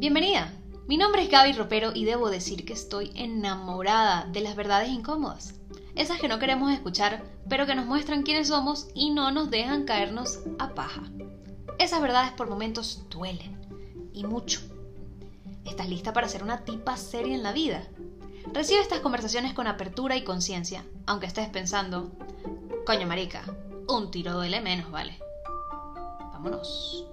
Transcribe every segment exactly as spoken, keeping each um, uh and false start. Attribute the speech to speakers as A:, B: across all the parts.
A: Bienvenida, mi nombre es Gaby Ropero y debo decir que estoy enamorada de las verdades incómodas. Esas que no queremos escuchar, pero que nos muestran quiénes somos y no nos dejan caernos a paja. Esas verdades por momentos duelen, y mucho. ¿Estás lista para ser una tipa seria en la vida? Recibe estas conversaciones con apertura y conciencia, aunque estés pensando, coño marica, un tiro duele menos, ¿vale? Vámonos.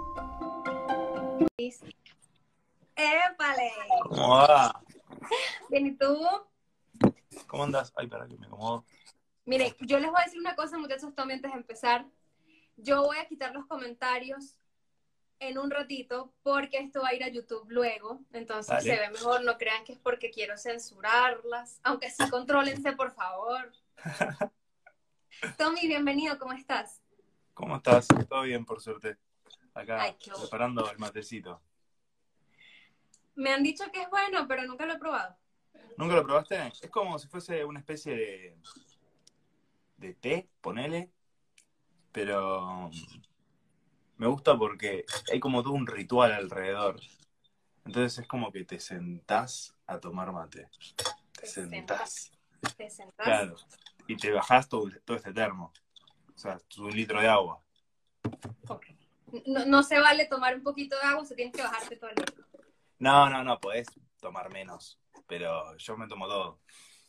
B: ¡Épale!
C: ¿Cómo va?
B: Bien, ¿y tú?
C: ¿Cómo andas? Ay, para que me acomodo.
B: Miren, yo les voy a decir una cosa, muchachos, Tommy, antes de empezar. Yo voy a quitar los comentarios en un ratito porque esto va a ir a YouTube luego. Entonces
C: Dale.
B: se ve mejor, no crean que es porque quiero censurarlas. Aunque sí, contrólense, por favor. Tommy, bienvenido, ¿cómo estás?
C: ¿Cómo estás? Todo bien, por suerte. Acá,
B: Ay, qué bueno.
C: preparando el matecito.
B: Me han dicho que es bueno, pero nunca lo he probado.
C: ¿Nunca lo probaste? Es como si fuese una especie de, de té, ponele. Pero me gusta porque hay como todo un ritual alrededor. Entonces es como que te sentás a tomar mate. Te,
B: Te
C: sentás.
B: Te sentás.
C: Claro. Y te bajás todo, todo este termo. O sea, un litro de agua.
B: Okay. No, no se vale tomar un poquito de agua, se tiene que bajarte todo el litro.
C: No, no, no, podés tomar menos. Pero yo me tomo todo.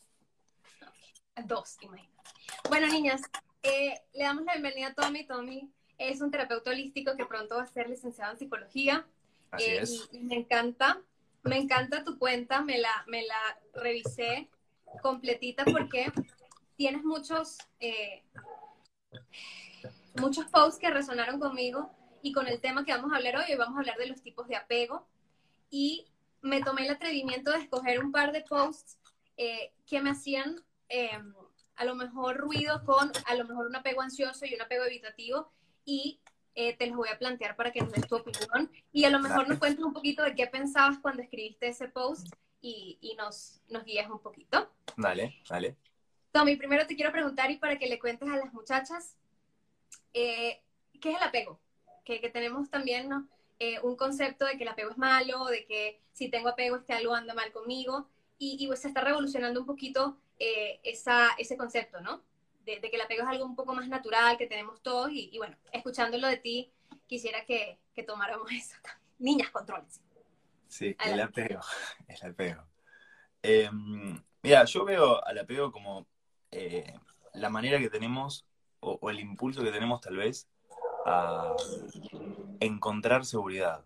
B: Dos, imagínate. Bueno, niñas, eh, le damos la bienvenida a Tommy. Tommy es un terapeuta holístico que pronto va a ser licenciado en psicología.
C: Así
B: Eh,
C: es.
B: y, y me encanta, me encanta tu cuenta, me la, me la revisé completita porque tienes muchos, eh, muchos posts que resonaron conmigo y con el tema que vamos a hablar hoy. Hoy vamos a hablar de los tipos de apego. Y me tomé el atrevimiento de escoger un par de posts eh, que me hacían eh, a lo mejor ruido con a lo mejor un apego ansioso y un apego evitativo, y eh, te los voy a plantear para que nos des tu opinión y a lo mejor nos cuentes un poquito de qué pensabas cuando escribiste ese post y, y nos, nos guías un poquito.
C: Dale, dale.
B: Tommy, primero te quiero preguntar y para que le cuentes a las muchachas, eh, ¿qué es el apego? Que, que tenemos también, ¿no? Eh, un concepto de que el apego es malo, de que si tengo apego es que algo anda mal conmigo, y, y pues se está revolucionando un poquito eh, esa, ese concepto, ¿no? De, de que el apego es algo un poco más natural que tenemos todos, y, y bueno, escuchándolo de ti, quisiera que, que tomáramos eso también. Niñas, controles.
C: Sí, el
B: Adelante.
C: apego, el apego. Eh, mira, yo veo al apego como eh, la manera que tenemos, o, o el impulso que tenemos tal vez, a encontrar seguridad.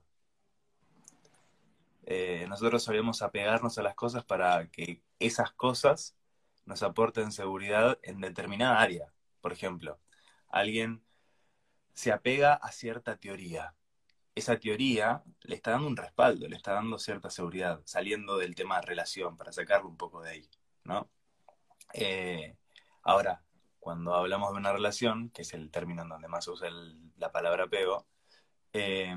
C: Eh, nosotros solemos apegarnos a las cosas para que esas cosas nos aporten seguridad en determinada área. Por ejemplo, alguien se apega a cierta teoría. Esa teoría le está dando un respaldo, le está dando cierta seguridad, saliendo del tema de relación, para sacarlo un poco de ahí, ¿no? Eh, ahora, cuando hablamos de una relación, que es el término en donde más se usa el- la palabra apego, eh,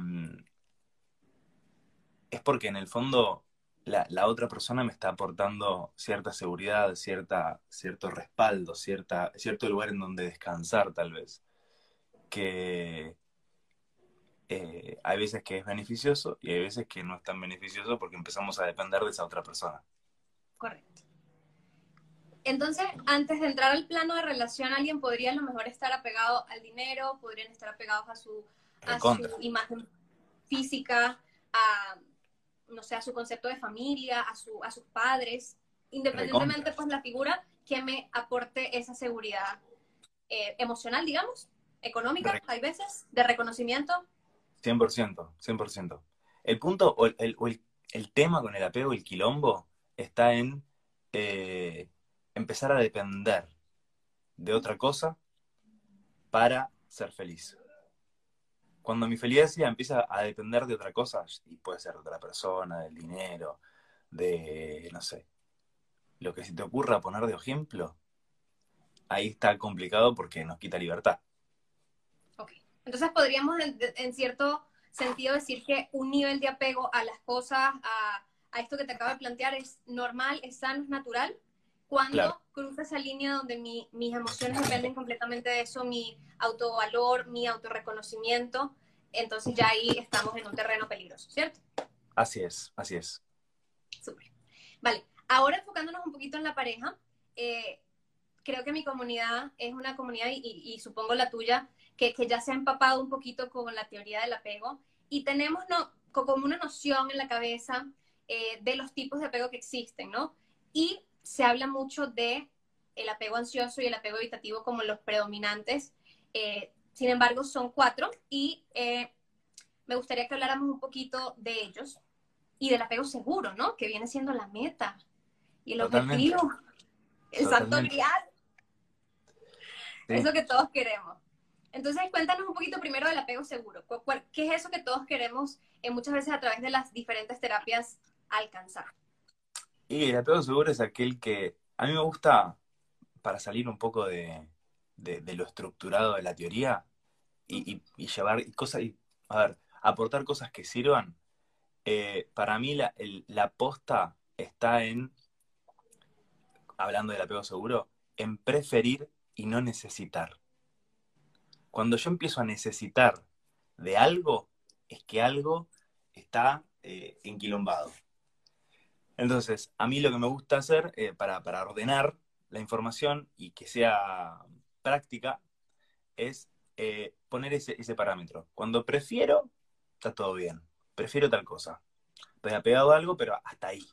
C: es porque en el fondo la, la otra persona me está aportando cierta seguridad, cierta, cierto respaldo, cierta, cierto lugar en donde descansar tal vez, que eh, hay veces que es beneficioso y hay veces que no es tan beneficioso porque empezamos a depender de esa otra persona.
B: Correcto. Entonces, antes de entrar al plano de relación, alguien podría a lo mejor estar apegado al dinero, podrían estar apegados a su, a su
C: Recontra.
B: imagen física, a, no sé, a su concepto de familia, a, su, a sus padres, independientemente,
C: Recontra.
B: pues, la figura que me aporte esa seguridad eh, emocional, digamos, económica,
C: Re-
B: hay veces, de reconocimiento.
C: cien por ciento, cien por ciento. El punto o el, el- o el- el tema con el apego, el quilombo, está en eh, empezar a depender de otra cosa para ser feliz. Cuando mi felicidad empieza a depender de otra cosa, y puede ser de otra persona, del dinero, de, no sé, lo que se te ocurra poner de ejemplo, ahí está complicado porque nos quita libertad.
B: Ok. Entonces podríamos en, en cierto sentido decir que un nivel de apego a las cosas, a, a esto que te acabo de plantear, es normal, es sano, es natural.
C: Claro,
B: Cuando cruza esa línea donde mi, mis emociones dependen completamente de eso, mi autovalor, mi autorreconocimiento, entonces ya ahí estamos en un terreno peligroso, ¿cierto?
C: Así es, así es.
B: Súper. Vale, ahora enfocándonos un poquito en la pareja, eh, creo que mi comunidad es una comunidad, y, y, y supongo la tuya, que, que ya se ha empapado un poquito con la teoría del apego, y tenemos no, como una noción en la cabeza eh, de los tipos de apego que existen, ¿no? Y se habla mucho de el apego ansioso y el apego evitativo como los predominantes. Eh, sin embargo, son cuatro, y eh, me gustaría que habláramos un poquito de ellos y del apego seguro, ¿no? Que viene siendo la meta y el
C: Totalmente,
B: objetivo, el santo
C: totalmente.
B: grial,
C: Sí.
B: eso que todos queremos. Entonces, cuéntanos un poquito primero del apego seguro. ¿Qué es eso que todos queremos eh, muchas veces a través de las diferentes terapias alcanzar?
C: Y el apego seguro es aquel que a mí me gusta, para salir un poco de, de, de lo estructurado de la teoría, y, y, y llevar cosas, y, a ver, aportar cosas que sirvan. Eh, para mí la, el, la posta está en, hablando del apego seguro, en preferir y no necesitar. Cuando yo empiezo a necesitar de algo, es que algo está eh, enquilombado. Entonces, a mí lo que me gusta hacer eh, para, para ordenar la información y que sea práctica es eh, poner ese, ese parámetro. Cuando prefiero, está todo bien. Prefiero tal cosa. Estoy apegado a algo, pero hasta ahí.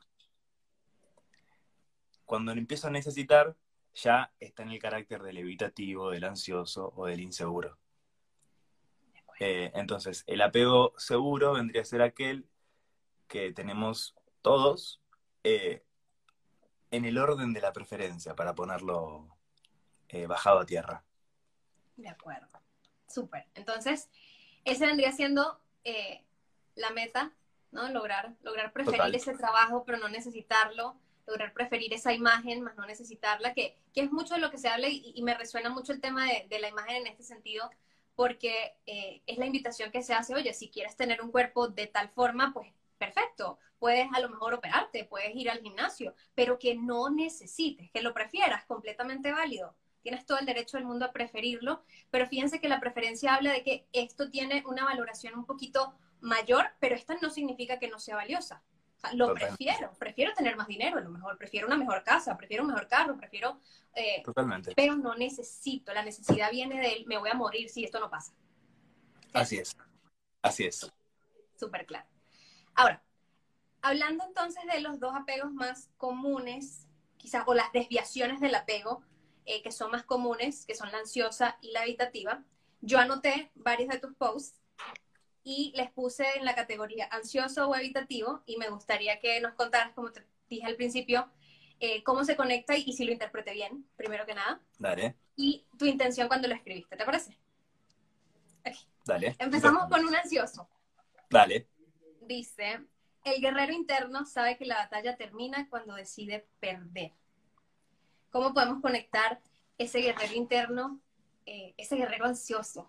C: Cuando empiezo a necesitar, ya está en el carácter del evitativo, del ansioso o del inseguro. Eh, entonces, el apego seguro vendría a ser aquel que tenemos todos eh, en el orden de la preferencia, para ponerlo eh, bajado a tierra.
B: De acuerdo. Súper. Entonces, ese vendría siendo eh, la meta, ¿no? Lograr, lograr preferir
C: Total.
B: ese trabajo, pero no necesitarlo. Lograr preferir esa imagen, más no necesitarla, que, que es mucho de lo que se habla, y, y me resuena mucho el tema de, de la imagen en este sentido, porque eh, es la invitación que se hace. Oye, si quieres tener un cuerpo de tal forma, pues perfecto, puedes a lo mejor operarte, puedes ir al gimnasio, pero que no necesites, que lo prefieras, completamente válido. Tienes todo el derecho del mundo a preferirlo, pero fíjense que la preferencia habla de que esto tiene una valoración un poquito mayor, pero esta no significa que no sea valiosa. O sea, lo
C: Totalmente.
B: prefiero, prefiero tener más dinero, a lo mejor, prefiero una mejor casa, prefiero un mejor carro, prefiero... Eh,
C: Totalmente.
B: pero no necesito, la necesidad viene de él, me voy a morir si esto no pasa.
C: Así es, así es.
B: Súper claro. Ahora, hablando entonces de los dos apegos más comunes, quizás, o las desviaciones del apego, eh, que son más comunes, que son la ansiosa y la evitativa, yo anoté varios de tus posts y les puse en la categoría ansioso o evitativo, y me gustaría que nos contaras, como te dije al principio, eh, cómo se conecta y, y si lo interpreté bien, primero que nada.
C: Dale,
B: Y tu intención cuando lo escribiste, ¿te parece? Okay.
C: dale.
B: Empezamos con un ansioso.
C: Dale.
B: Dice, el guerrero interno sabe que la batalla termina cuando decide perder. ¿Cómo podemos conectar ese guerrero interno, eh, ese guerrero ansioso?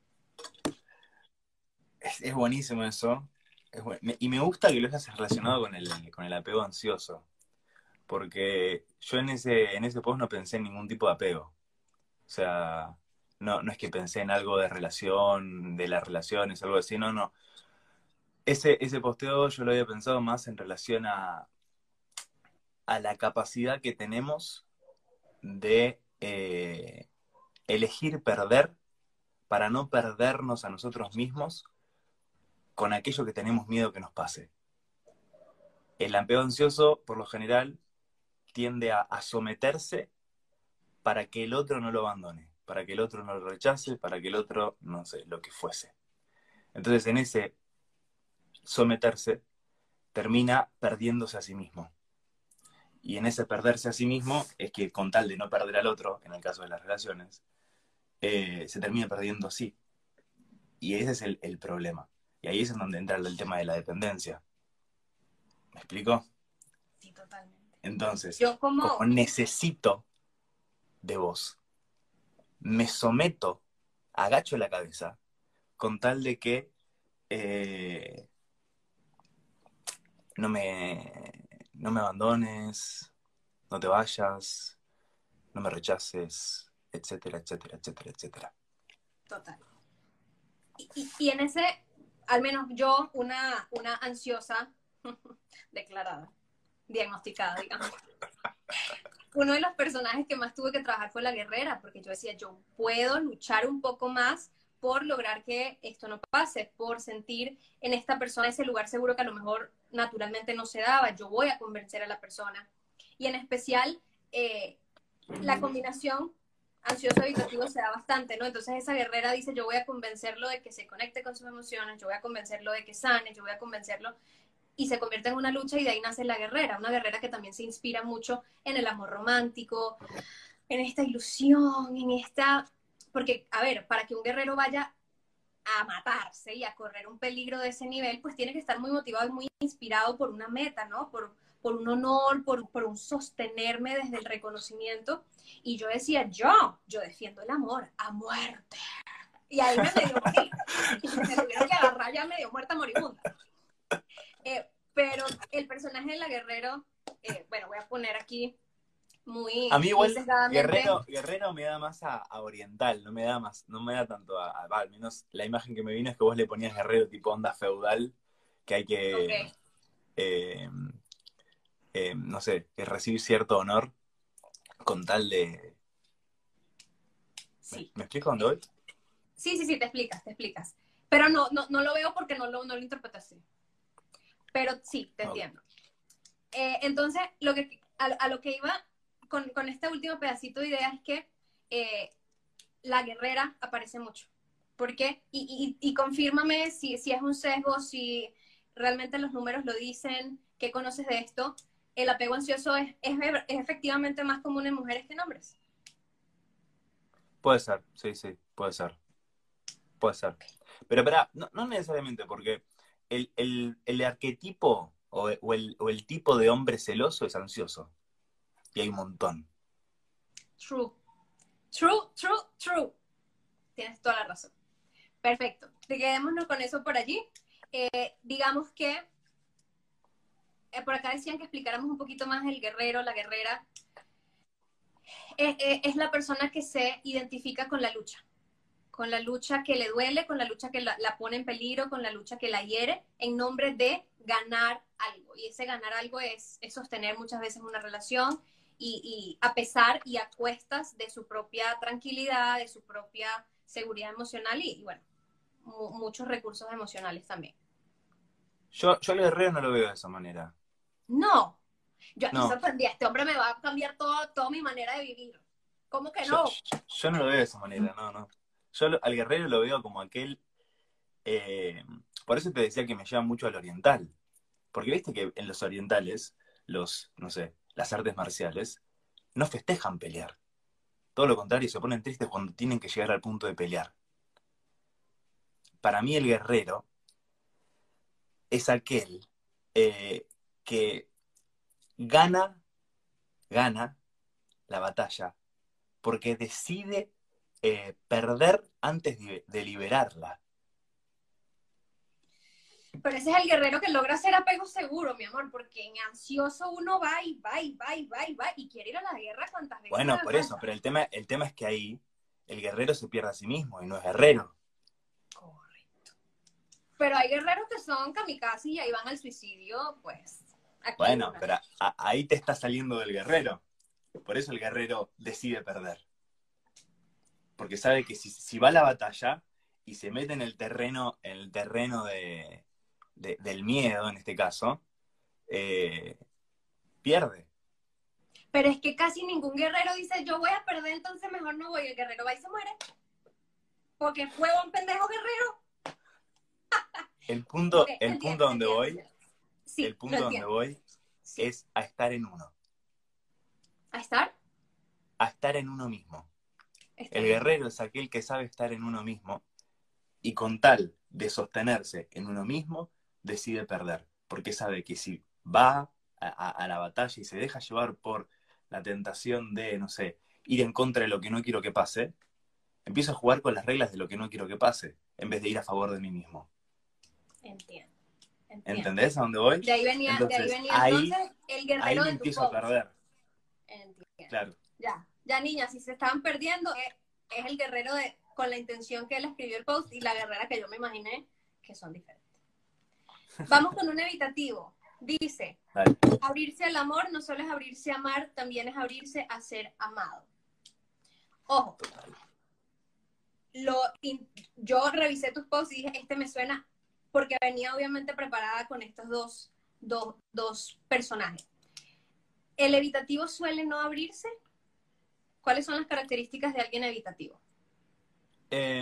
C: Es, es buenísimo eso. Es buen... Y me gusta que lo hayas relacionado con el, con el apego ansioso. Porque yo en ese, en ese post no pensé en ningún tipo de apego. O sea, no, no es que pensé en algo de relación, de las relaciones, algo así, no, no. Ese, ese posteo yo lo había pensado más en relación a, a la capacidad que tenemos de eh, elegir perder para no perdernos a nosotros mismos con aquello que tenemos miedo que nos pase. El apego ansioso, por lo general, tiende a, a someterse para que el otro no lo abandone, para que el otro no lo rechace, para que el otro, no sé, lo que fuese. Entonces, en ese someterse, termina perdiéndose a sí mismo. Y en ese perderse a sí mismo es que, con tal de no perder al otro, en el caso de las relaciones, eh, se termina perdiendo así. Y ese es el, el problema. Y ahí es en donde entra el tema de la dependencia. ¿Me explico?
B: Sí, totalmente.
C: Entonces,
B: Yo como...
C: como necesito de vos, me someto, agacho la cabeza, con tal de que eh, no me, no me abandones, no te vayas, no me rechaces, etcétera, etcétera, etcétera, etcétera.
B: Total. Y, y, y en ese al menos yo, una, una ansiosa declarada, diagnosticada, digamos. Uno de los personajes que más tuve que trabajar fue la guerrera, porque yo decía, yo puedo luchar un poco más por lograr que esto no pase, por sentir en esta persona ese lugar seguro que a lo mejor naturalmente no se daba. Yo voy a convencer a la persona. Y en especial, eh, la combinación ansioso-evitativo se da bastante, ¿no? Entonces esa guerrera dice, yo voy a convencerlo de que se conecte con sus emociones, yo voy a convencerlo de que sane, yo voy a convencerlo, y se convierte en una lucha y de ahí nace la guerrera, una guerrera que también se inspira mucho en el amor romántico, en esta ilusión, en esta... Porque, a ver, para que un guerrero vaya a matarse y a correr un peligro de ese nivel, pues tiene que estar muy motivado y muy inspirado por una meta, ¿no? Por, por un honor, por, por un sostenerme desde el reconocimiento. Y yo decía, yo, yo defiendo el amor a muerte. Y ahí me medio morí. Y me tuvieron que agarrar ya medio muerta moribunda. Eh, pero el personaje de la guerrero, eh, bueno, voy a poner aquí muy,
C: A mí
B: muy
C: igual,
B: sesgadamente.
C: Guerrero, Guerrero me da más a, a oriental, no me da más, no me da tanto a, a- al menos la imagen que me vino es que vos le ponías Guerrero tipo onda feudal, que hay que,
B: Ok,
C: eh, eh, no sé, que recibir cierto honor con tal de... ¿Me,
B: sí.
C: me explico dónde voy?
B: Sí, sí, sí, te explicas, te explicas. Pero no, no, no lo veo porque no lo, no lo interpreto así. Pero sí, te
C: Ok.
B: entiendo. Eh, entonces, lo que, a, a lo que iba con, con este último pedacito de idea es que eh, la guerrera aparece mucho. ¿Por qué? Y, y, y confírmame si, si es un sesgo, si realmente los números lo dicen, ¿qué conoces de esto? El apego ansioso es, es, es efectivamente más común en mujeres que en hombres.
C: Puede ser, sí, sí, puede ser, puede ser. Pero espera, no, no necesariamente, porque el, el, el arquetipo o, o el, o el tipo de hombre celoso es ansioso, y hay un montón.
B: True. True, true, true. Tienes toda la razón. Perfecto. Quedémonos con eso por allí. Eh, digamos que eh, por acá decían que explicáramos un poquito más el guerrero, la guerrera. Eh, eh, es la persona que se identifica con la lucha, con la lucha que le duele, con la lucha que la, la pone en peligro, con la lucha que la hiere, en nombre de ganar algo. Y ese ganar algo es, es sostener muchas veces una relación y, y a pesar y a cuestas de su propia tranquilidad, de su propia seguridad emocional y, y bueno, mu muchos recursos emocionales también.
C: Yo, yo al guerrero no lo veo de esa manera.
B: No, yo aquí
C: No,
B: sorprendí, este hombre me va a cambiar todo, toda mi manera de vivir. ¿Cómo que
C: yo,
B: no?
C: yo no lo veo de esa manera, no, no. Yo lo- al guerrero lo veo como aquel... eh, por eso te decía que me lleva mucho al oriental. Porque viste que en los orientales, los, no sé, las artes marciales, no festejan pelear. Todo lo contrario, se ponen tristes cuando tienen que llegar al punto de pelear. Para mí el guerrero es aquel eh, que gana, gana la batalla porque decide eh, perder antes de, de liberarla.
B: Pero ese es el guerrero que logra hacer apego seguro, mi amor, porque en ansioso uno va y va y va y va y va y quiere ir a la guerra cuantas veces
C: Bueno,
B: haga
C: por eso,
B: falta.
C: pero el tema, el tema es que ahí el guerrero se pierde a sí mismo y no es guerrero.
B: Correcto. Pero hay guerreros que son kamikazes y ahí van al suicidio, pues aquí hay
C: Bueno,
B: una.
C: pero a- ahí te está saliendo del guerrero. Por eso el guerrero decide perder. Porque sabe que si, si va a la batalla y se mete en el terreno, en el terreno de, de- del miedo, en este caso, eh, pierde.
B: Pero es que casi ningún guerrero dice, yo voy a perder, entonces mejor no voy. El guerrero va y se muere. Porque fue un pendejo guerrero.
C: El
B: Ok,
C: punto, el
B: entiendo,
C: punto donde
B: entiendo,
C: voy,
B: entiendo.
C: el
B: Sí, lo
C: punto donde
B: entiendo.
C: voy
B: Sí.
C: es a estar en uno,
B: ¿A estar?
C: a estar en uno mismo.
B: Estar
C: El
B: en uno.
C: guerrero es aquel que sabe estar en uno mismo y con tal de sostenerse en uno mismo, decide perder, porque sabe que si va a, a, a la batalla y se deja llevar por la tentación de, no sé, ir en contra de lo que no quiero que pase, empiezo a jugar con las reglas de lo que no quiero que pase, en vez de ir a favor de mí mismo.
B: Entiendo, entiendo.
C: ¿Entendés a dónde voy?
B: De ahí venía, de ahí
C: Entonces,
B: venía
C: ahí,
B: entonces el
C: ahí
B: guerrero
C: me
B: de tu
C: empiezo a
B: post.
C: perder,
B: Entiendo.
C: claro.
B: Ya, ya niña, si se estaban perdiendo, es, es el guerrero de, con la intención que él escribió el post y la guerrera que yo me imaginé que son diferentes. Vamos con un evitativo. Dice,
C: Dale.
B: abrirse al amor no solo es abrirse a amar, también es abrirse a ser amado. Ojo, lo, yo revisé tus posts y dije, este me suena, porque venía obviamente preparada con estos dos, dos, dos personajes. ¿El evitativo suele no abrirse? ¿Cuáles son las características de alguien evitativo?
C: Eh,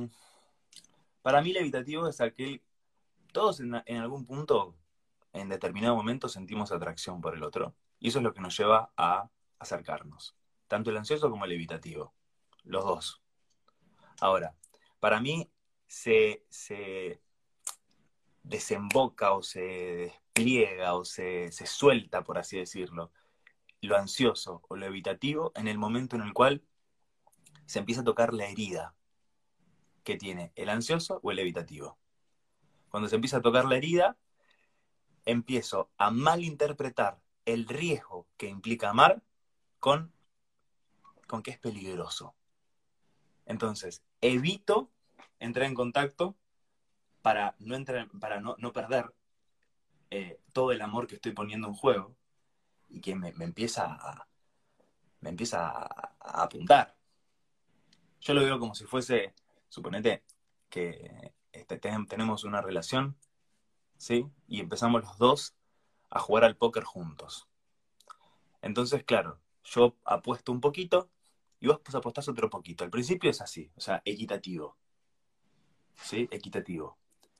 C: para mí el evitativo es aquel, todos en, en algún punto, en determinado momento sentimos atracción por el otro, y eso es lo que nos lleva a acercarnos, tanto el ansioso como el evitativo, los dos. Ahora, para mí se, se desemboca o se despliega o se, se suelta, por así decirlo, lo ansioso o lo evitativo en el momento en el cual se empieza a tocar la herida que tiene el ansioso o el evitativo. Cuando se empieza a tocar la herida, empiezo a malinterpretar el riesgo que implica amar con, con que es peligroso. Entonces, evito entrar en contacto para no, entrar, para no, no perder eh, todo el amor que estoy poniendo en juego y que me, me empieza, a, me empieza a, a apuntar. Yo lo veo como si fuese, suponete que este, ten, tenemos una relación, ¿sí? Y empezamos los dos a jugar al póker juntos. Entonces, claro, yo apuesto un poquito y vos pues apostás otro poquito. Al principio es así, o sea, equitativo. ¿Sí? Equitativo.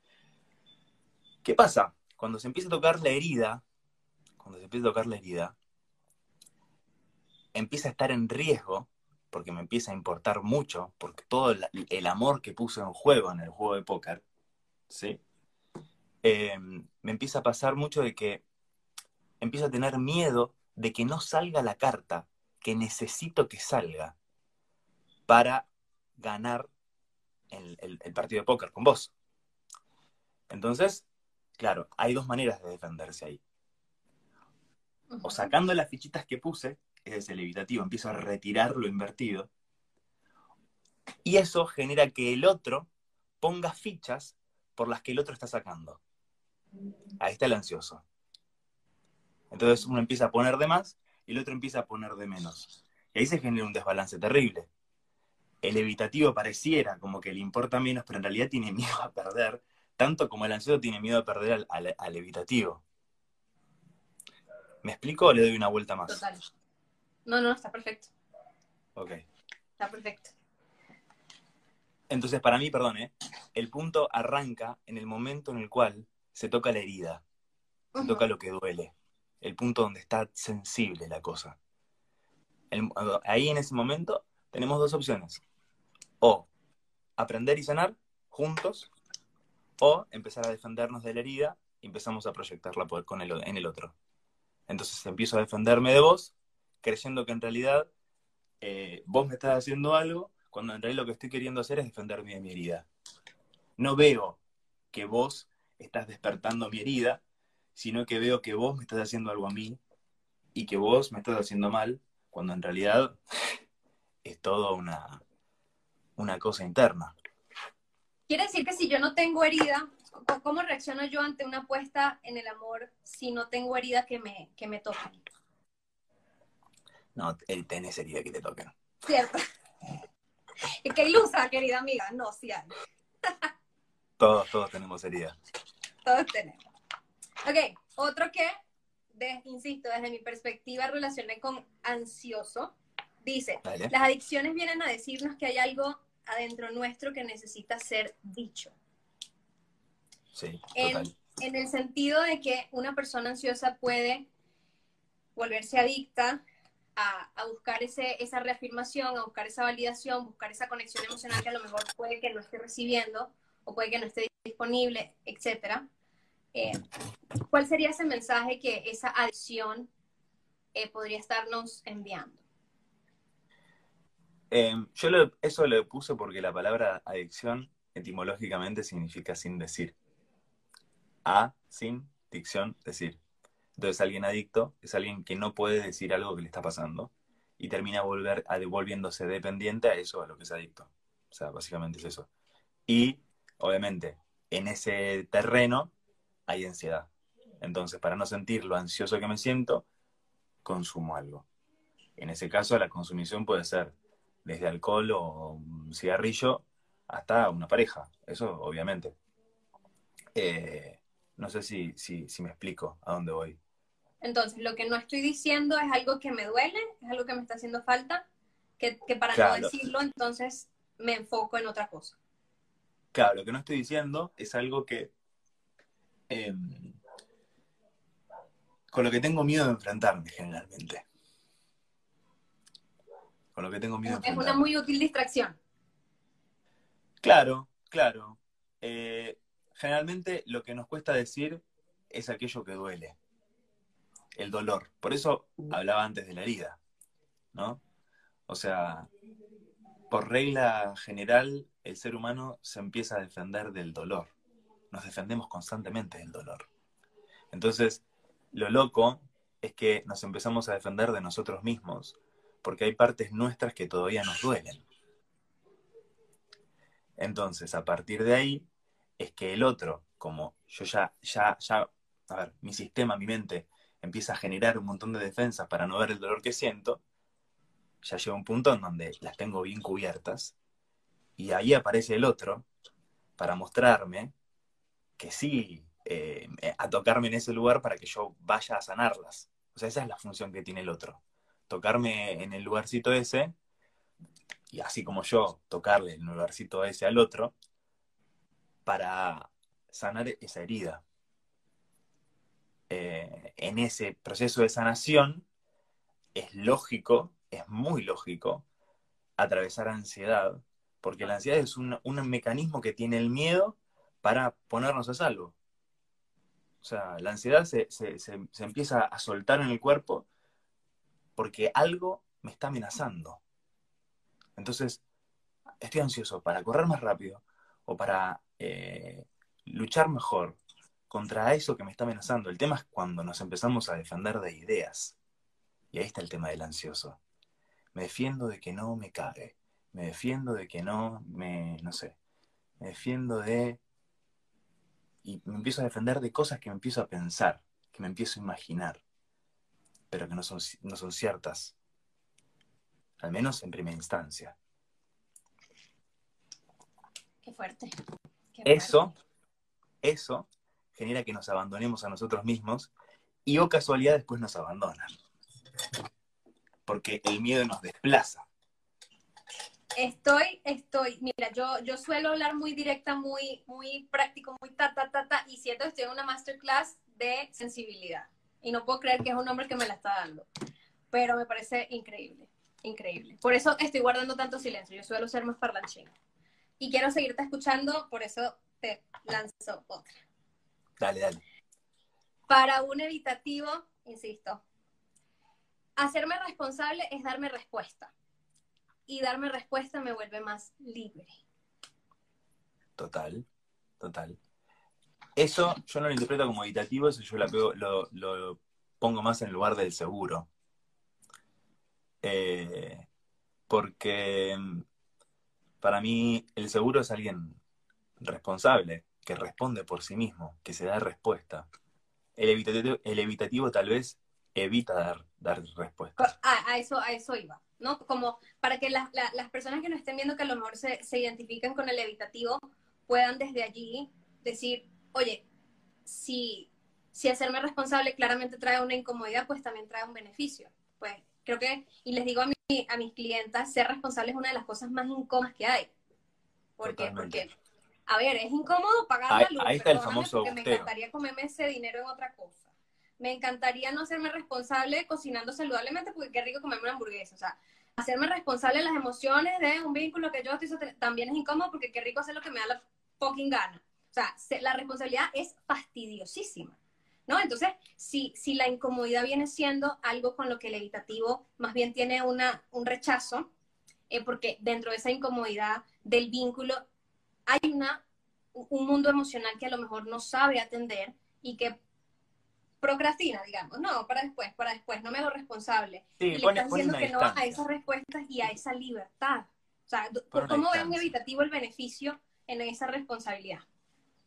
C: ¿Qué pasa? Cuando se empieza a tocar la herida, cuando se empieza a tocar la herida, empieza a estar en riesgo, porque me empieza a importar mucho, porque todo el, el amor que puse en juego en el juego de póker, ¿sí? Eh, me empieza a pasar mucho de que empiezo a tener miedo de que no salga la carta que necesito que salga para ganar el, el, el partido de póker con vos. Entonces, claro, hay dos maneras de defenderse ahí. O sacando las fichitas que puse, ese es el evitativo, empiezo a retirar lo invertido, y eso genera que el otro ponga fichas por las que el otro está sacando. Ahí está el ansioso. Entonces uno empieza a poner de más y el otro empieza a poner de menos. Y ahí se genera un desbalance terrible. El evitativo pareciera como que le importa menos, pero en realidad tiene miedo a perder, tanto como el ansioso tiene miedo a perder al, al, al evitativo. ¿Me explico o le doy una vuelta más?
B: Total. No, no, está perfecto.
C: Ok.
B: Está perfecto.
C: Entonces, para mí, perdón, ¿eh? El punto arranca en el momento en el cual se toca la herida, se uh-huh. toca lo que duele, el punto donde está sensible la cosa. El, ahí en ese momento tenemos dos opciones. O aprender y sanar juntos, o empezar a defendernos de la herida y empezamos a proyectarla con el, en el otro. Entonces empiezo a defenderme de vos, creyendo que en realidad eh, vos me estás haciendo algo, cuando en realidad lo que estoy queriendo hacer es defenderme de mi herida. No veo que vos estás despertando mi herida, sino que veo que vos me estás haciendo algo a mí y que vos me estás haciendo mal, cuando en realidad es todo una, una cosa interna.
B: Quiere decir que si yo no tengo herida, ¿cómo reacciono yo ante una apuesta en el amor si no tengo herida que me, que me toquen?
C: No, tenés herida que te toquen.
B: Cierto. Qué ilusa, querida amiga. No, sí hay.
C: Todos, todos tenemos herida.
B: Todos tenemos. Ok, otro que, de, insisto, desde mi perspectiva relacioné con ansioso, dice,
C: Dale.
B: Las adicciones vienen a decirnos que hay algo adentro nuestro que necesita ser dicho.
C: Sí,
B: en, en el sentido de que una persona ansiosa puede volverse adicta a, a buscar ese, esa reafirmación, a buscar esa validación, buscar esa conexión emocional que a lo mejor puede que no esté recibiendo o puede que no esté disponible, etcétera. Eh, ¿Cuál sería ese mensaje que esa adicción eh, podría estarnos enviando?
C: Eh, yo lo, eso lo puse porque la palabra adicción etimológicamente significa sin decir. A, sin, dicción, decir. Entonces alguien adicto es alguien que no puede decir algo que le está pasando y termina volver, a, volviéndose dependiente a eso, a lo que es adicto. O sea, básicamente es eso. Y, obviamente, en ese terreno hay ansiedad. Entonces, para no sentir lo ansioso que me siento, consumo algo. En ese caso, la consumición puede ser desde alcohol o un cigarrillo hasta una pareja. Eso, obviamente. Eh, no sé si, si, si me explico a dónde voy.
B: Entonces, lo que no estoy diciendo es algo que me duele, es algo que me está haciendo falta, que, que para
C: Claro.
B: no decirlo, entonces me enfoco en otra cosa.
C: Claro, lo que no estoy diciendo es algo que... Eh, con lo que tengo miedo de enfrentarme, generalmente. Con lo que tengo miedo de
B: Es una
C: enfrentarme.
B: muy útil distracción.
C: Claro, claro. Eh, generalmente lo que nos cuesta decir es aquello que duele. El dolor. Por eso hablaba antes de la herida, ¿no? O sea, por regla general, el ser humano se empieza a defender del dolor. Nos defendemos constantemente del dolor. Entonces, lo loco es que nos empezamos a defender de nosotros mismos, porque hay partes nuestras que todavía nos duelen. Entonces, a partir de ahí, es que el otro, como yo ya, ya, ya, a ver, mi sistema, mi mente, empieza a generar un montón de defensas para no ver el dolor que siento, ya llega un punto en donde las tengo bien cubiertas, y ahí aparece el otro para mostrarme que sí, eh, a tocarme en ese lugar para que yo vaya a sanarlas. O sea, esa es la función que tiene el otro. Tocarme en el lugarcito ese, y así como yo tocarle el lugarcito ese al otro, para sanar esa herida. Eh, en ese proceso de sanación, es lógico, es muy lógico, atravesar ansiedad, porque la ansiedad es un, un mecanismo que tiene el miedo para ponernos a salvo. O sea, la ansiedad se, se, se, se empieza a soltar en el cuerpo porque algo me está amenazando. Entonces, estoy ansioso para correr más rápido o para eh, luchar mejor contra eso que me está amenazando. El tema es cuando nos empezamos a defender de ideas. Y ahí está el tema del ansioso. Me defiendo de que no me cague. Me defiendo de que no me, no sé, me defiendo de... Y me empiezo a defender de cosas que me empiezo a pensar, que me empiezo a imaginar, pero que no son, no son ciertas. Al menos en primera instancia.
B: Qué fuerte. Qué
C: Eso,
B: fuerte.
C: eso genera que nos abandonemos a nosotros mismos y, o casualidad, después nos abandonan. Porque el miedo nos desplaza.
B: Estoy, estoy, mira, yo, yo suelo hablar muy directa, muy, muy práctico, muy ta, ta, ta, ta, y siento que estoy en una masterclass de sensibilidad. Y no puedo creer que es un hombre que me la está dando. Pero me parece increíble, increíble. Por eso estoy guardando tanto silencio. Yo suelo ser más parlanchín. Y quiero seguirte escuchando, por eso te lanzo otra.
C: Dale, dale.
B: Para un evitativo, insisto, hacerme responsable es darme respuesta. Y darme respuesta me vuelve más libre.
C: Total, total. Eso yo no lo interpreto como evitativo, eso yo lo, pego, lo, lo pongo más en el lugar del seguro. Eh, porque para mí el seguro es alguien responsable, que responde por sí mismo, que se da respuesta. El evitativo, el evitativo tal vez evita dar, dar respuestas.
B: A, a, eso, a eso iba, ¿no? Como para que la, la, las personas que nos estén viendo que a lo mejor se, se identifican con el evitativo puedan desde allí decir, oye, si, si hacerme responsable claramente trae una incomodidad, pues también trae un beneficio. Pues creo que, y les digo a, mi, a mis clientas, ser responsable es una de las cosas más incómodas que hay. ¿Por qué? Porque, a ver, es incómodo pagar
C: ahí,
B: la luz,
C: ahí está el
B: perdóname,
C: famoso
B: porque me
C: gusteo.
B: encantaría comerme ese dinero en otra cosa. Me encantaría no hacerme responsable cocinando saludablemente, porque qué rico comerme una hamburguesa. O sea, hacerme responsable de las emociones de un vínculo que yo estoy también es incómodo, porque qué rico hacer lo que me da la fucking gana. O sea, la responsabilidad es fastidiosísima, ¿no? Entonces, si, si la incomodidad viene siendo algo con lo que el evitativo más bien tiene una, un rechazo, eh, porque dentro de esa incomodidad del vínculo hay una, un mundo emocional que a lo mejor no sabe atender y que procrastina, digamos, no, para después, para después, no me hago responsable.
C: Sí,
B: y le
C: pone,
B: estás
C: pone
B: diciendo
C: una
B: que
C: distancia.
B: no a esas respuestas y a esa libertad. O sea,
C: Pone
B: ¿cómo
C: una
B: ve un
C: distancia.
B: evitativo el beneficio en esa responsabilidad?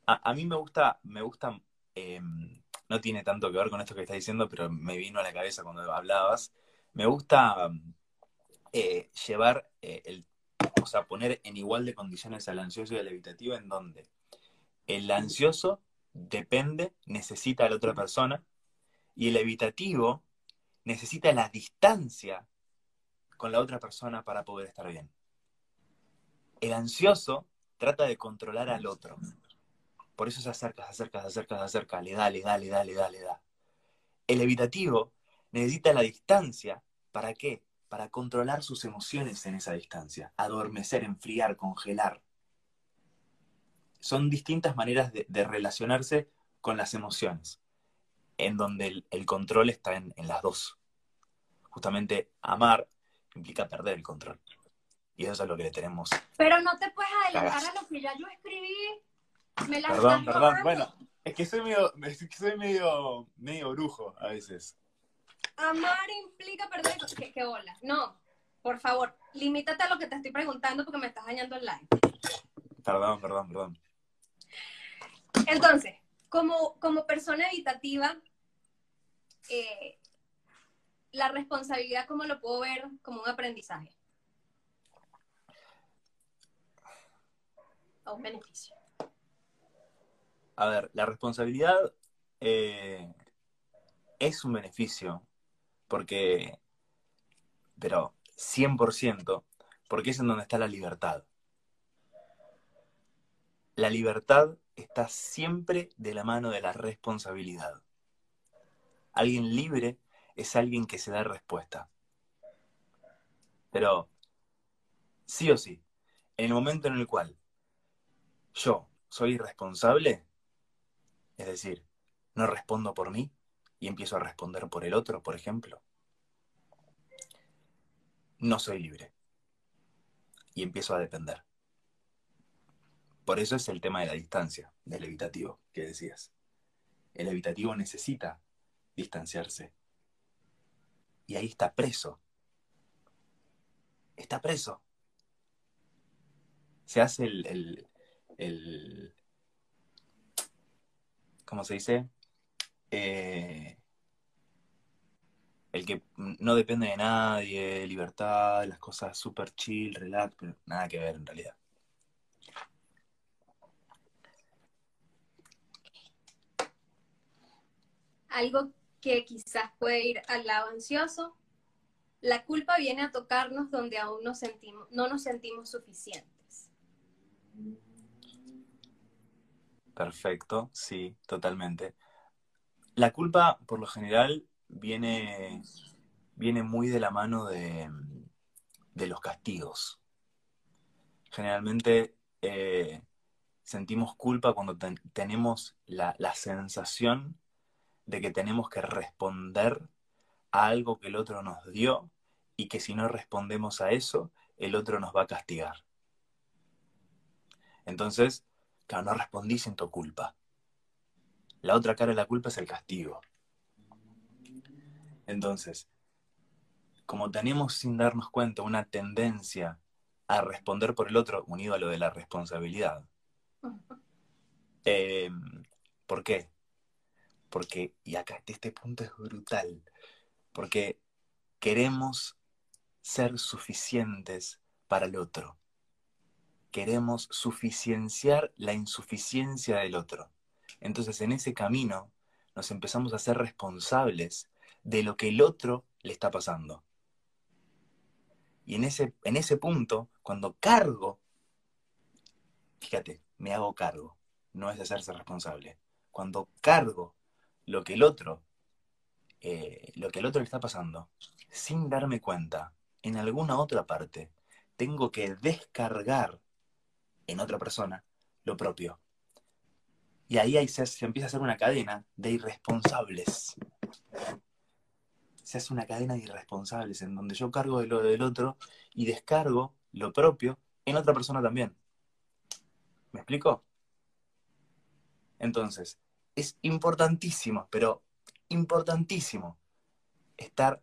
C: A, a mí me gusta, me gusta, eh, no tiene tanto que ver con esto que estás diciendo, pero me vino a la cabeza cuando hablabas. Me gusta eh, llevar eh, el, o sea, poner en igual de condiciones al ansioso y al evitativo, en donde el ansioso depende, necesita a la otra persona, y el evitativo necesita la distancia con la otra persona para poder estar bien. El ansioso trata de controlar al otro. Por eso se acerca, se acerca, se acerca, se acerca, le da, le da, le da, le da, le da. El evitativo necesita la distancia. ¿Para qué? Para controlar sus emociones en esa distancia. Adormecer, enfriar, congelar. Son distintas maneras de, de relacionarse con las emociones, en donde el, el control está en, en las dos. Justamente amar implica perder el control. Y eso es lo que le tenemos.
B: Pero no te puedes adelantar
C: Cagazo.
B: a lo que ya yo escribí. Me las
C: Perdón,
B: estás
C: perdón.
B: robando.
C: Bueno, es que soy medio, es que soy medio, medio brujo a veces.
B: Amar implica perder. ¿Qué, qué bola? No, por favor, limítate a lo que te estoy preguntando porque me estás dañando el live.
C: Perdón, perdón, perdón.
B: Entonces, como, como persona evitativa, eh, la responsabilidad, ¿cómo lo puedo ver? Como un aprendizaje o un beneficio.
C: A ver, la responsabilidad eh, es un beneficio, porque, pero cien por ciento, porque es en donde está la libertad. La libertad está siempre de la mano de la responsabilidad. Alguien libre es alguien que se da respuesta. Pero, sí o sí, en el momento en el cual yo soy irresponsable, es decir, no respondo por mí y empiezo a responder por el otro, por ejemplo, no soy libre y empiezo a depender. Por eso es el tema de la distancia, del evitativo que decías. El evitativo necesita distanciarse. Y ahí está preso. Está preso. Se hace el, el, el ¿cómo se dice? Eh, el que no depende de nadie, libertad, las cosas súper chill, relax, pero nada que ver en realidad.
B: Algo que quizás puede ir al lado ansioso. La culpa viene a tocarnos donde aún nos sentimos, no nos sentimos suficientes.
C: Perfecto, sí, totalmente. La culpa, por lo general, viene, viene muy de la mano de, de los castigos. Generalmente eh, sentimos culpa cuando ten, tenemos la, la sensación de que tenemos que responder a algo que el otro nos dio y que si no respondemos a eso, el otro nos va a castigar. Entonces, claro, no respondí, siento culpa. La otra cara de la culpa es el castigo. Entonces, como tenemos sin darnos cuenta una tendencia a responder por el otro, unido a lo de la responsabilidad, eh, ¿por qué? Porque, y acá este punto es brutal, porque queremos ser suficientes para el otro. Queremos suficienciar la insuficiencia del otro. Entonces, en ese camino, nos empezamos a ser responsables de lo que el otro le está pasando. Y en ese, en ese punto, cuando cargo, fíjate, me hago cargo, no es hacerse responsable. Cuando cargo lo que el otro, eh, lo que el otro le está pasando, sin darme cuenta, en alguna otra parte, tengo que descargar en otra persona lo propio. Y ahí, ahí se, se empieza a hacer una cadena de irresponsables. Se hace una cadena de irresponsables en donde yo cargo de lo del otro y descargo lo propio en otra persona también. ¿Me explico? Entonces, es importantísimo, pero importantísimo, estar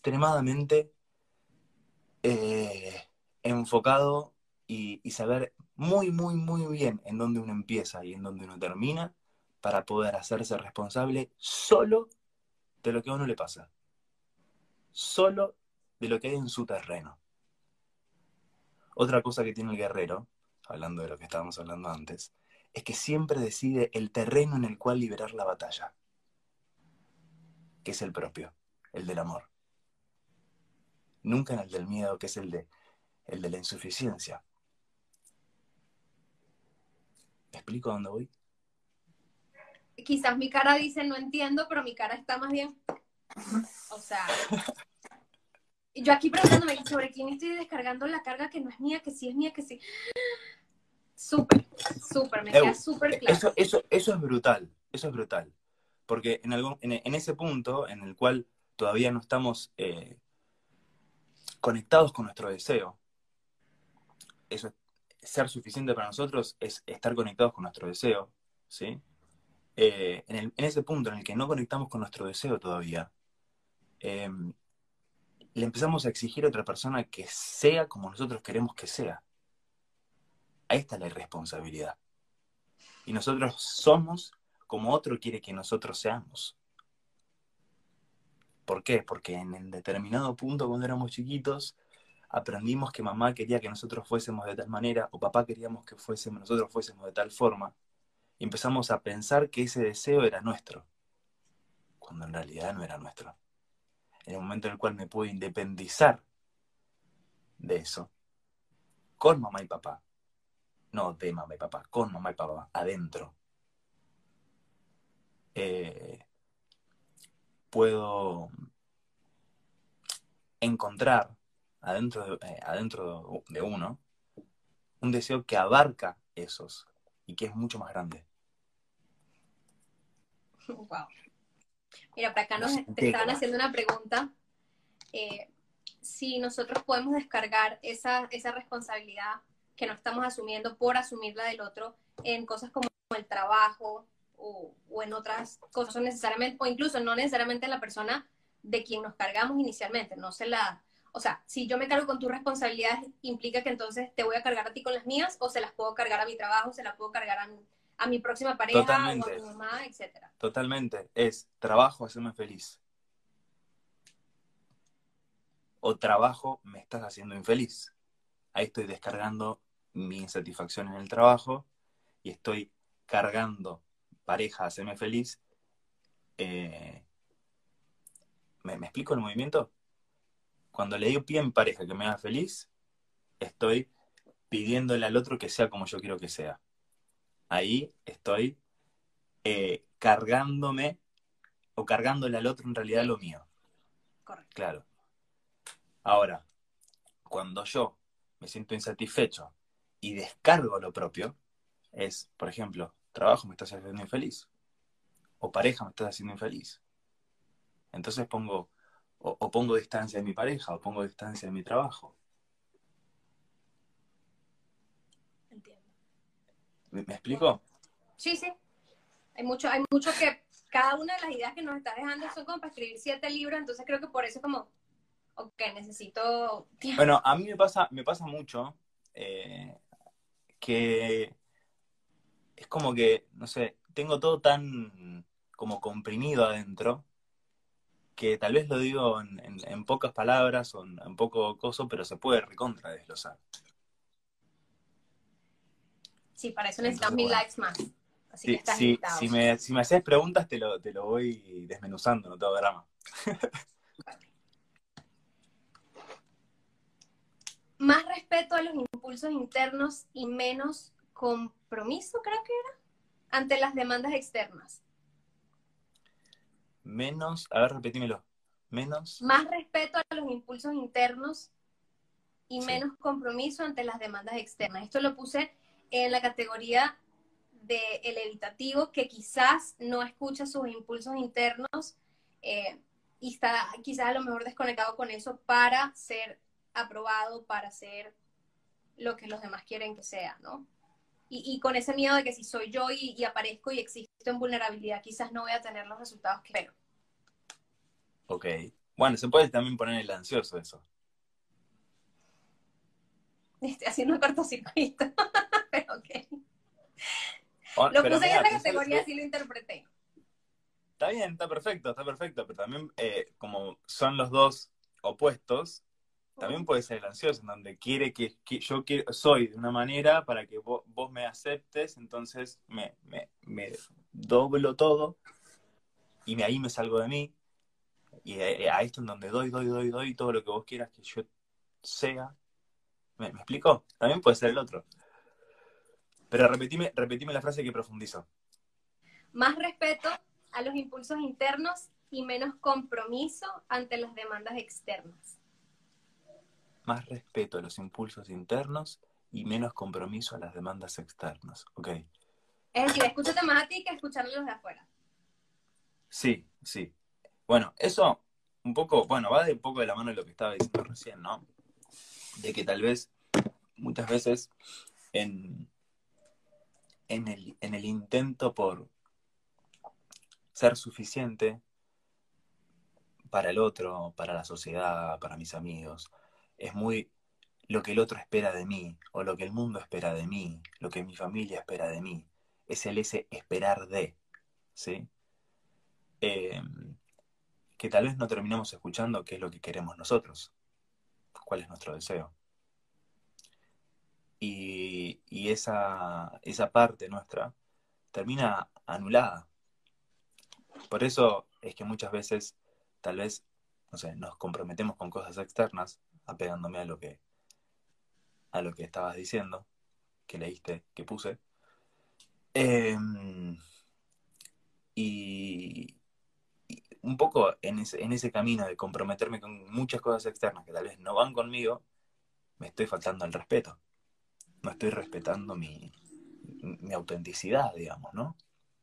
C: extremadamente eh, enfocado y, y saber muy, muy, muy bien en dónde uno empieza y en dónde uno termina para poder hacerse responsable solo de lo que a uno le pasa, solo de lo que hay en su terreno. Otra cosa que tiene el guerrero, hablando de lo que estábamos hablando antes, es que siempre decide el terreno en el cual liberar la batalla, que es el propio, el del amor. Nunca en el del miedo, que es el de, el de la insuficiencia. ¿Me explico a dónde voy?
B: Quizás mi cara dice no entiendo, pero mi cara está más bien, o sea, yo aquí preguntándome sobre quién estoy descargando la carga que no es mía, que sí es mía, que sí. Súper, súper, me queda
C: Eu,
B: súper claro.
C: eso, eso, eso es brutal, eso es brutal. Porque en, algún, en, en ese punto en el cual todavía no estamos eh, conectados con nuestro deseo, eso es, ser suficiente para nosotros es estar conectados con nuestro deseo, ¿sí? Eh, en, el, en ese punto en el que no conectamos con nuestro deseo todavía, eh, le empezamos a exigir a otra persona que sea como nosotros queremos que sea. Ahí está la irresponsabilidad. Y nosotros somos como otro quiere que nosotros seamos. ¿Por qué? Porque en el determinado punto cuando éramos chiquitos aprendimos que mamá quería que nosotros fuésemos de tal manera o papá queríamos que fuésemos, nosotros fuésemos de tal forma y empezamos a pensar que ese deseo era nuestro, cuando en realidad no era nuestro. En el momento en el cual me puedo independizar de eso, con mamá y papá, no de mamá y papá, con mamá y papá, adentro, eh, puedo encontrar adentro de, eh, adentro de uno un deseo que abarca esos y que es mucho más grande.
B: Wow. Mira, por acá nos
C: Los
B: te estaban
C: integra.
B: haciendo una pregunta. Eh, si nosotros podemos descargar esa, esa responsabilidad que no estamos asumiendo por asumir la del otro en cosas como el trabajo o, o en otras cosas, necesariamente, o incluso no necesariamente en la persona de quien nos cargamos inicialmente. No se la, o sea, si yo me cargo con tus responsabilidades, implica que entonces te voy a cargar a ti con las mías, o se las puedo cargar a mi trabajo, se las puedo cargar a mi, a mi próxima pareja o a mi
C: Totalmente,
B: mamá, etcétera.
C: totalmente. Es trabajo, hacerme feliz. O trabajo, me estás haciendo infeliz. Ahí estoy descargando mi insatisfacción en el trabajo y estoy cargando pareja, hacerme feliz. Eh, ¿me, ¿Me explico el movimiento? Cuando le digo pie a mi pareja que me haga feliz, estoy pidiéndole al otro que sea como yo quiero que sea. Ahí estoy eh, cargándome o cargándole al otro en realidad
B: Bien,
C: lo mío.
B: correcto.
C: Claro. Ahora, cuando yo me siento insatisfecho y descargo lo propio, es, por ejemplo, trabajo me estás haciendo infeliz, o pareja me estás haciendo infeliz. Entonces pongo, o, o pongo distancia de mi pareja, o pongo distancia de mi trabajo.
B: Entiendo.
C: ¿Me, me
B: Wow.
C: explico?
B: Sí, sí. Hay mucho, hay mucho que cada una de las ideas que nos está dejando son como para escribir siete libros, entonces creo que por eso es como, ok, necesito tiempo.
C: Bueno, a mí me pasa, me pasa mucho eh, que es como que, no sé, tengo todo tan como comprimido adentro que tal vez lo digo en, en, en pocas palabras o en, en poco coso, pero se puede recontra desglosar.
B: Sí, para eso necesitamos
C: Entonces,
B: mil
C: bueno,
B: likes más. Así que
C: si,
B: estás
C: si,
B: invitado.
C: si, me, si me haces preguntas, te lo, te lo voy desmenuzando, no tengo drama.
B: Más respeto a los impulsos internos y menos compromiso, creo que era, ante las demandas externas.
C: Menos, a ver, repetímelo. Menos,
B: Más respeto a los impulsos internos y
C: sí.
B: menos compromiso ante las demandas externas. Esto lo puse en la categoría del evitativo, que quizás no escucha sus impulsos internos eh, y está quizás a lo mejor desconectado con eso para ser aprobado, para ser lo que los demás quieren que sea, ¿no? Y, y con ese miedo de que si soy yo y, y aparezco y existo en vulnerabilidad, quizás no voy a tener los resultados que espero.
C: Ok. Bueno, se puede también poner el ansioso eso.
B: Estoy haciendo un cortocircuito. Ok.
C: O-
B: Lo
C: pero
B: puse en
C: mira,
B: esa
C: pensalo-
B: categoría, así lo interpreté.
C: está bien, está perfecto, está perfecto, pero también eh, como son los dos opuestos, también puede ser el ansioso, en donde quiere que, que yo quiero, soy de una manera para que vos, vos me aceptes, entonces me, me, me doblo todo y me, ahí me salgo de mí, y a, a esto en donde doy, doy, doy, doy, todo lo que vos quieras que yo sea. ¿Me, me explico? También puede ser el otro. Pero repetime, repetime la frase que profundizo.
B: Más respeto a los impulsos internos y menos compromiso ante las demandas externas.
C: Más respeto a los impulsos internos y menos compromiso a las demandas externas. Ok.
B: Es decir, escúchate más a ti que escuchar a los de afuera.
C: Sí, sí. Bueno, eso un poco, bueno, va de un poco de la mano de lo que estaba diciendo recién, ¿no? De que tal vez muchas veces en, en el, en el intento por ser suficiente para el otro, para la sociedad, para mis amigos, es muy lo que el otro espera de mí, o lo que el mundo espera de mí, lo que mi familia espera de mí. Es el ese esperar de, ¿sí? Eh, que tal vez no terminemos escuchando qué es lo que queremos nosotros, cuál es nuestro deseo. Y, y esa, esa parte nuestra termina anulada. Por eso es que muchas veces, tal vez, no sé, nos comprometemos con cosas externas, apegándome a lo que, a lo que estabas diciendo, que leíste, que puse. Eh, y, y un poco en ese, en ese camino de comprometerme con muchas cosas externas que tal vez no van conmigo, me estoy faltando al respeto. No estoy respetando mi, mi autenticidad, digamos, ¿no?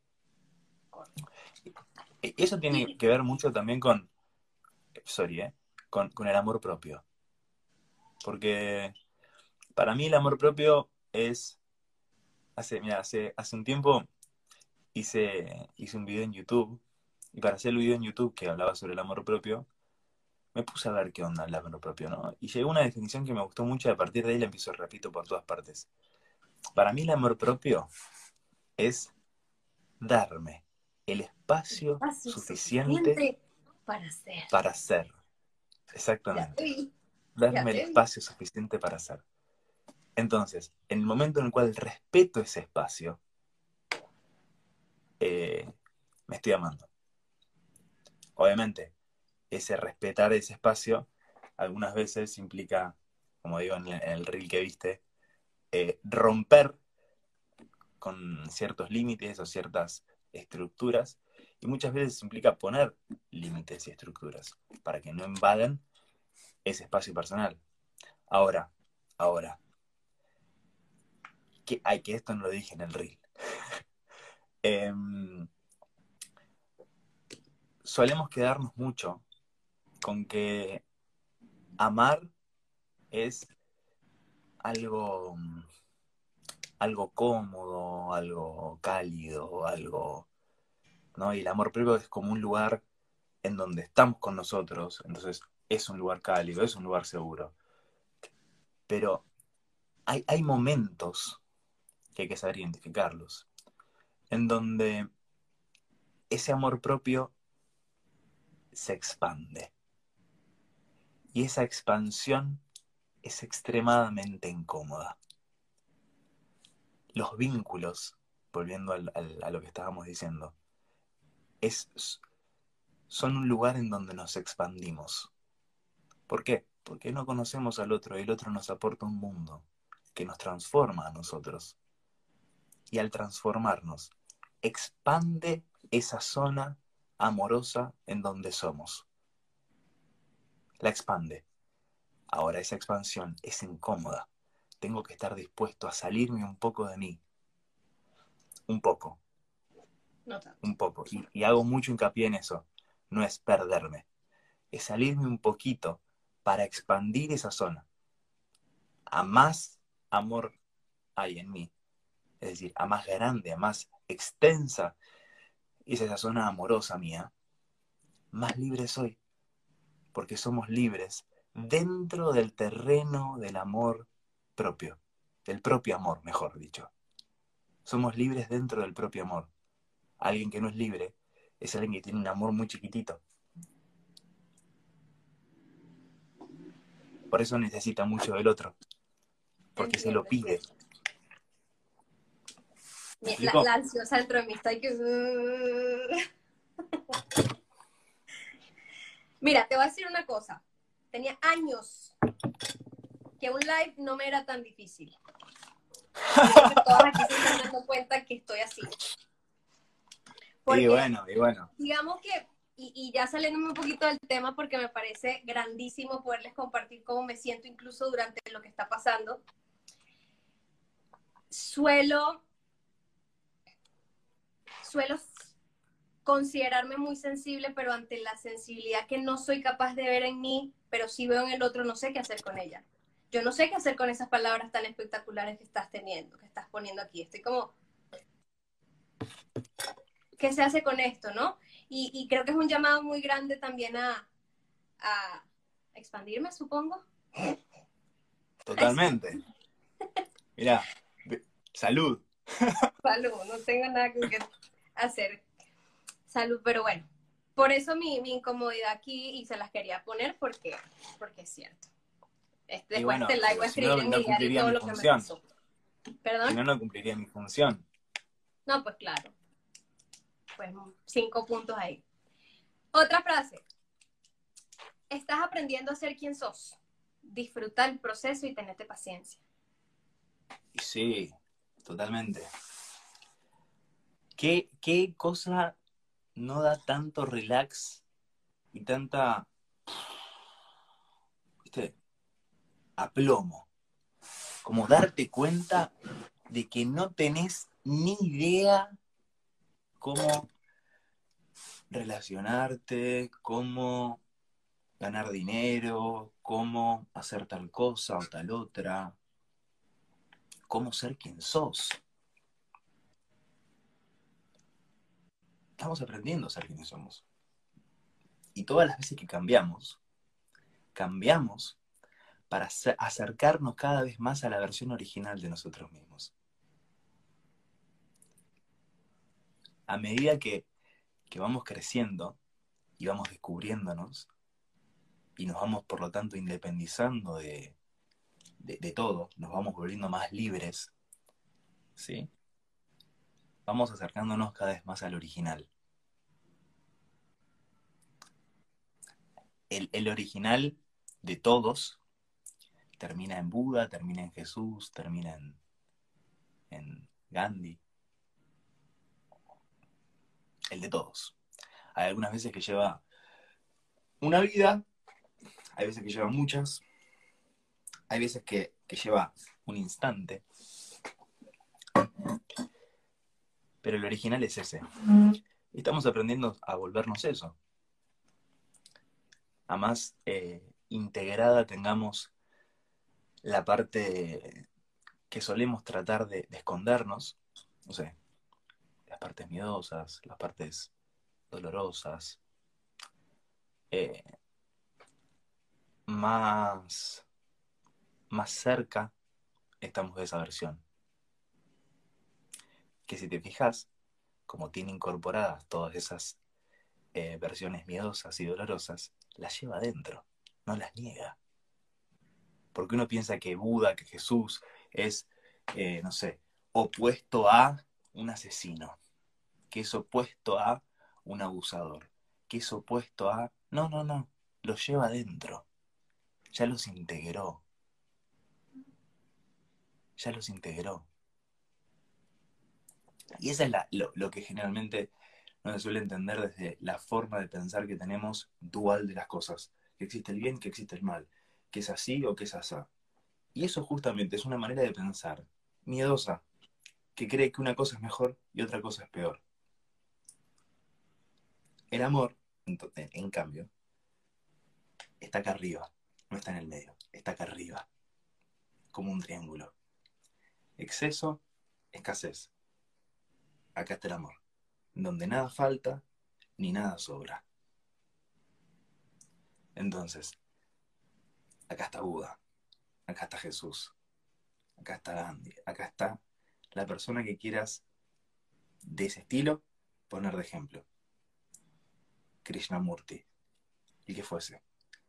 C: E- Eso tiene
B: Y
C: que ver mucho también con, sorry, ¿eh? Con, con el amor propio. Porque para mí el amor propio es, hace, mira, hace, hace un tiempo hice, hice un video en YouTube, y para hacer el video en YouTube que hablaba sobre el amor propio, me puse a ver qué onda el amor propio, ¿no? Y llegó a una definición que me gustó mucho y a partir de ahí la empiezo, repito, por todas partes. Para mí el amor propio es darme el espacio
B: espacio
C: suficiente
B: suficiente para ser.
C: para ser.
B: Ya te
C: Exactamente.
B: vi, ya
C: Darme el
B: te vi.
C: espacio suficiente para ser. Entonces, en el momento en el cual respeto ese espacio, eh, me estoy amando. Obviamente, ese respetar ese espacio algunas veces implica, como digo en el, en el reel que viste, eh, romper con ciertos límites o ciertas estructuras, y muchas veces implica poner límites y estructuras para que no invadan ese espacio personal. Ahora, ahora, que, ay, que esto no lo dije en el reel. Eh, solemos quedarnos mucho con que amar es algo, algo cómodo, algo cálido, algo, ¿no? Y el amor propio es como un lugar en donde estamos con nosotros, entonces es un lugar cálido, es un lugar seguro. Pero hay, hay momentos que hay que saber identificarlos, en donde ese amor propio se expande. Y esa expansión es extremadamente incómoda. Los vínculos, volviendo al, al, a lo que estábamos diciendo, es, son un lugar en donde nos expandimos. ¿Por qué? Porque no conocemos al otro y el otro nos aporta un mundo que nos transforma a nosotros. Y al transformarnos, expande esa zona amorosa en donde somos. La expande. Ahora esa expansión es incómoda. Tengo que estar dispuesto a salirme un poco de mí. Un poco.
B: No tanto.
C: Un poco. Y, y hago mucho hincapié en eso. No es perderme. Es salirme un poquito para expandir esa zona. A más amor hay en mí. Es decir, a más grande, a más extensa es esa zona amorosa mía, más libre soy. Porque somos libres dentro del terreno del amor propio. del propio amor, mejor dicho. Somos libres dentro del propio amor. Alguien que no es libre es alguien que tiene un amor muy chiquitito. Por eso necesita mucho del otro. Porque se lo
B: Entiendo,
C: pide.
B: entiendo.
C: ¿Me
B: La,
C: explico?
B: la ansiosa dentro de mí está ahí que... Mira, te voy a decir una cosa. Tenía años que un live no me era tan difícil. Yo creo que todas aquí se están dando cuenta que estoy así.
C: Y
B: Porque,
C: bueno, y bueno.
B: digamos que, y, y ya saliéndome un poquito del tema, porque me parece grandísimo poderles compartir cómo me siento incluso durante lo que está pasando. Suelo, suelo considerarme muy sensible, pero ante la sensibilidad que no soy capaz de ver en mí, pero sí veo en el otro, no sé qué hacer con ella. Yo no sé qué hacer con esas palabras tan espectaculares que estás teniendo, que estás poniendo aquí. Estoy como, ¿qué se hace con esto, no? Y, y creo que es un llamado muy grande también a, a expandirme, supongo.
C: Totalmente. Mirá, salud.
B: Salud, no tengo nada que hacer. Salud, pero bueno. Por eso mi, mi incomodidad aquí y se las quería poner porque, porque es cierto. Este,
C: Y
B: después
C: bueno,
B: este live voy
C: pero
B: a
C: si
B: escribir
C: no,
B: en
C: no
B: mi diario
C: cumpliría
B: todo
C: mi
B: lo que me
C: función.
B: pasó.
C: Si
B: ¿Perdón?
C: no, no cumpliría mi función.
B: No, pues claro. Pues cinco puntos ahí. Otra frase. Estás aprendiendo a ser quien sos. Disfruta el proceso y tenete paciencia.
C: Y sí, totalmente. ¿Qué, qué cosa no da tanto relax y tanta, viste, aplomo? Como darte cuenta de que no tenés ni idea cómo relacionarte, cómo ganar dinero, cómo hacer tal cosa o tal otra, cómo ser quien sos. Estamos aprendiendo a ser quienes somos. Y todas las veces que cambiamos, cambiamos para acercarnos cada vez más a la versión original de nosotros mismos. A medida que, que vamos creciendo y vamos descubriéndonos y nos vamos, por lo tanto, independizando de, de, de todo, nos vamos volviendo más libres, ¿sí? Vamos acercándonos cada vez más al original. El, el original de todos termina en Buda, termina en Jesús, termina en, en Gandhi. El de todos. Hay algunas veces que lleva una vida, hay veces que lleva muchas, hay veces que, que lleva un instante, pero el original es ese. Y estamos aprendiendo a volvernos eso. A más eh, integrada tengamos la parte que solemos tratar de, de escondernos, no sé, las partes miedosas, las partes dolorosas, eh, más, más cerca estamos de esa versión. Que si te fijas, como tiene incorporadas todas esas eh, versiones miedosas y dolorosas, las lleva adentro, no las niega. Porque uno piensa que Buda, que Jesús es, eh, no sé, opuesto a un asesino, que es opuesto a un abusador, que es opuesto a... No, no, no, los lleva adentro, ya los integró, ya los integró. Y eso es la, lo, lo que generalmente no se suele entender desde la forma de pensar que tenemos dual de las cosas. Que existe el bien, que existe el mal. Que es así o que es asá. Y eso justamente es una manera de pensar miedosa, que cree que una cosa es mejor y otra cosa es peor. El amor, en, en cambio, está acá arriba, no está en el medio, está acá arriba, como un triángulo. Exceso, escasez. Acá está el amor, donde nada falta ni nada sobra. Entonces, acá está Buda, acá está Jesús, acá está Gandhi, acá está la persona que quieras de ese estilo poner de ejemplo. Krishnamurti, el que fuese.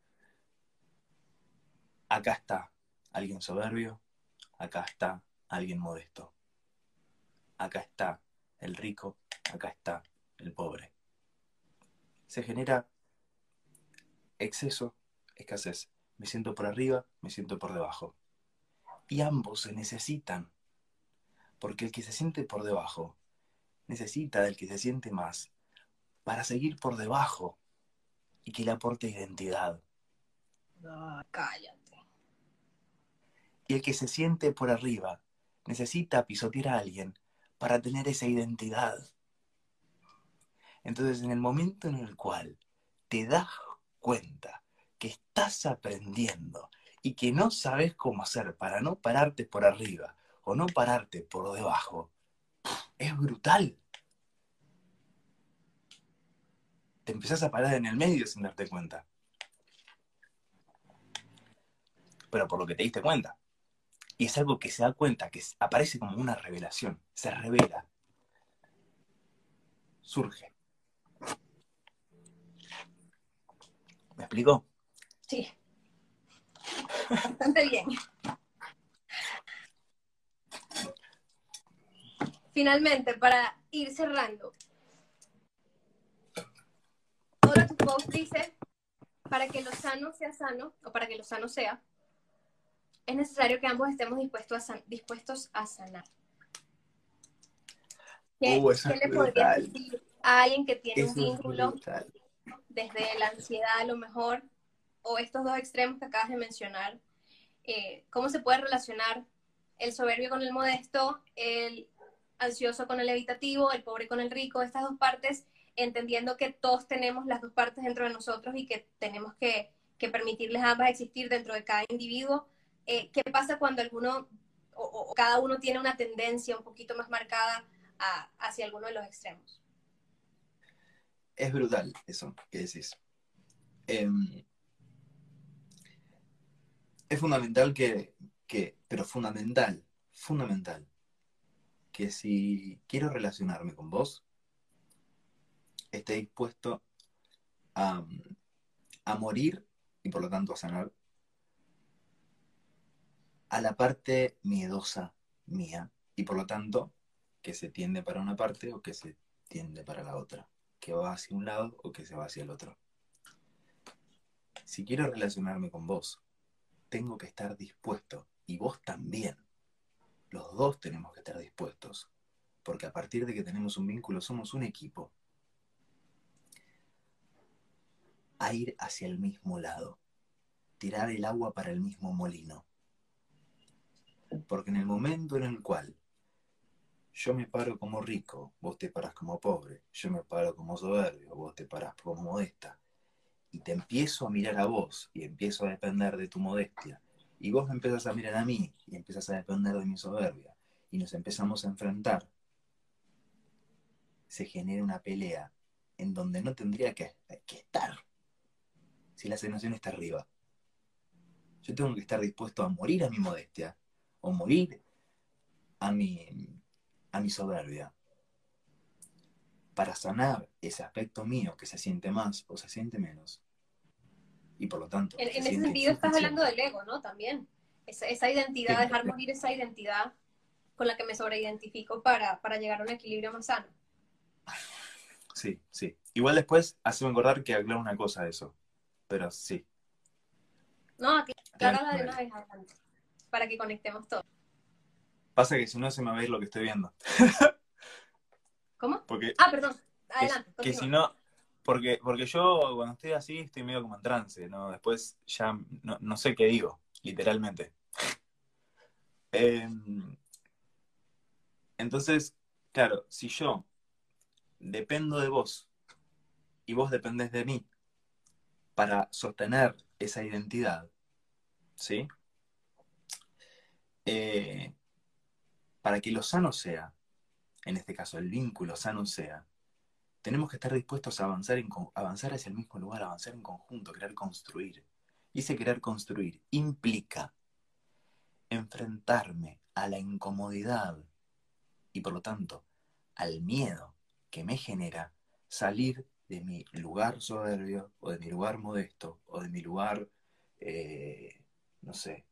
C: Acá está alguien soberbio, acá está alguien modesto. Acá está el rico, acá está el pobre. Se genera exceso, escasez. Me siento por arriba, me siento por debajo. Y ambos se necesitan, porque el que se siente por debajo necesita del que se siente más para seguir por debajo y que le aporte identidad.
B: No, cállate.
C: Y el que se siente por arriba necesita pisotear a alguien para tener esa identidad. Entonces, en el momento en el cual te das cuenta que estás aprendiendo y que no sabes cómo hacer para no pararte por arriba o no pararte por debajo, es brutal. Te empezás a parar en el medio sin darte cuenta. Pero por lo que te diste cuenta. Y es algo que se da cuenta, que aparece como una revelación. Se revela. Surge. ¿Me explico?
B: Sí. Bastante bien. Finalmente, para ir cerrando, ahora tu post dice, para que lo sano sea sano, o para que lo sano sea, es necesario que ambos estemos dispuestos a, san dispuestos a sanar. ¿Qué,
C: Uh, eso
B: ¿qué
C: es
B: le podrías
C: brutal.
B: decir a alguien que tiene un
C: Eso es
B: vínculo
C: brutal.
B: desde la ansiedad a lo mejor, o estos dos extremos que acabas de mencionar? Eh, ¿Cómo se puede relacionar el soberbio con el modesto, el ansioso con el evitativo, el pobre con el rico, estas dos partes, entendiendo que todos tenemos las dos partes dentro de nosotros y que tenemos que, que permitirles a ambas existir dentro de cada individuo? Eh, ¿Qué pasa cuando alguno o, o cada uno tiene una tendencia un poquito más marcada a, hacia alguno de los extremos?
C: Es brutal eso que decís. Eh, es fundamental que, que, pero fundamental, fundamental, que si quiero relacionarme con vos, esté dispuesto a, a morir y por lo tanto a sanar a la parte miedosa mía y por lo tanto que se tiende para una parte o que se tiende para la otra, que va hacia un lado o que se va hacia el otro. Si quiero relacionarme con vos, tengo que estar dispuesto, y vos también. Los dos tenemos que estar dispuestos, porque a partir de que tenemos un vínculo somos un equipo, a ir hacia el mismo lado, tirar el agua para el mismo molino. Porque en el momento en el cual yo me paro como rico, vos te parás como pobre, yo me paro como soberbio, vos te parás como modesta, y te empiezo a mirar a vos y empiezo a depender de tu modestia, y vos me empezás a mirar a mí y empiezas a depender de mi soberbia, y nos empezamos a enfrentar, se genera una pelea en donde no tendría que, que estar si la sanación está arriba. Yo tengo que estar dispuesto a morir a mi modestia o morir a mi, a mi soberbia para sanar ese aspecto mío que se siente más o se siente menos. Y por lo tanto,
B: En,
C: se
B: en ese
C: siente
B: sentido estás hablando
C: insuficiente.
B: del ego, ¿no? También. Esa, esa identidad,
C: Sí,
B: dejar morir esa identidad con la que me sobreidentifico para, para llegar a un equilibrio más sano.
C: sí, sí. Igual después, haceme acordar que aclaro una cosa de eso. Pero sí.
B: No,
C: Dale,
B: aclárala de una
C: dale.
B: vez adelante, para que conectemos todos.
C: Pasa que si no se me va a ir lo que estoy viendo.
B: ¿Cómo?
C: Porque
B: Ah, perdón.
C: que,
B: Adelante,
C: que si
B: continúa.
C: no, porque, porque yo cuando estoy así estoy medio como en trance, ¿no? Después ya no, no sé qué digo, literalmente. Eh, entonces, claro, si yo dependo de vos y vos dependés de mí para sostener esa identidad, ¿sí? Eh, para que lo sano sea, en este caso el vínculo sano sea, tenemos que estar dispuestos a avanzar, en, avanzar hacia el mismo lugar, avanzar en conjunto, querer construir. Y ese querer construir implica enfrentarme a la incomodidad y por lo tanto al miedo que me genera salir de mi lugar soberbio o de mi lugar modesto o de mi lugar, eh, no sé,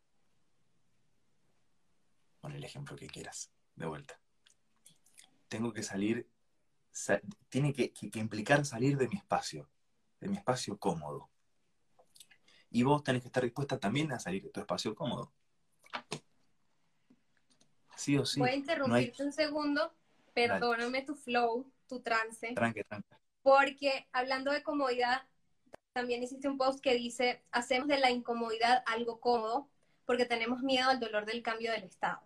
C: pon el ejemplo que quieras, de vuelta. Tengo que salir, sa- tiene que, que, que implicar salir de mi espacio, de mi espacio cómodo. Y vos tenés que estar dispuesta también a salir de tu espacio cómodo. Sí o
B: Voy
C: sí,
B: a
C: no hay...
B: interrumpirte un segundo,
C: Dale,
B: perdóname tu flow, tu trance,
C: tranque, tranque.
B: porque hablando de comodidad, también hiciste un post que dice, hacemos de la incomodidad algo cómodo porque tenemos miedo al dolor del cambio del estado.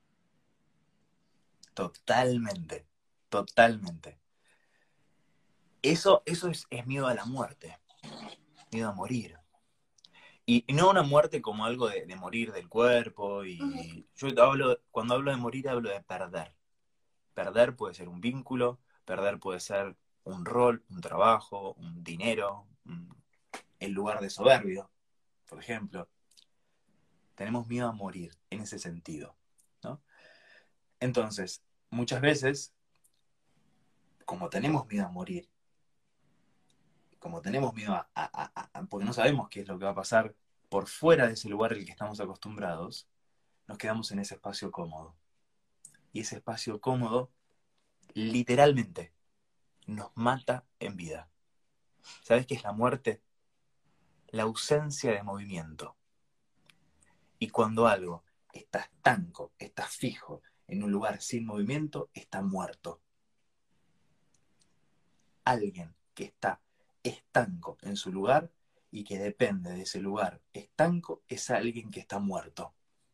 C: Totalmente, totalmente. Eso, eso es, es miedo a la muerte, miedo a morir. Y, y no una muerte como algo de, de morir del cuerpo. Y yo hablo, cuando hablo de morir, hablo de perder. Perder puede ser un vínculo, perder puede ser un rol, un trabajo, un dinero, un- el lugar de soberbio, por ejemplo. Tenemos miedo a morir en ese sentido, ¿no? Entonces, muchas veces, como tenemos miedo a morir, como tenemos miedo a, a- a- a- porque no sabemos qué es lo que va a pasar por fuera de ese lugar al que estamos acostumbrados, nos quedamos en ese espacio cómodo. Y ese espacio cómodo, literalmente, nos mata en vida. ¿Sabes qué es la muerte? La ausencia de movimiento. Y cuando algo está estanco, está fijo, en un lugar sin movimiento, está muerto. Alguien que está estanco en su lugar y que depende de ese lugar estanco es alguien que está muerto.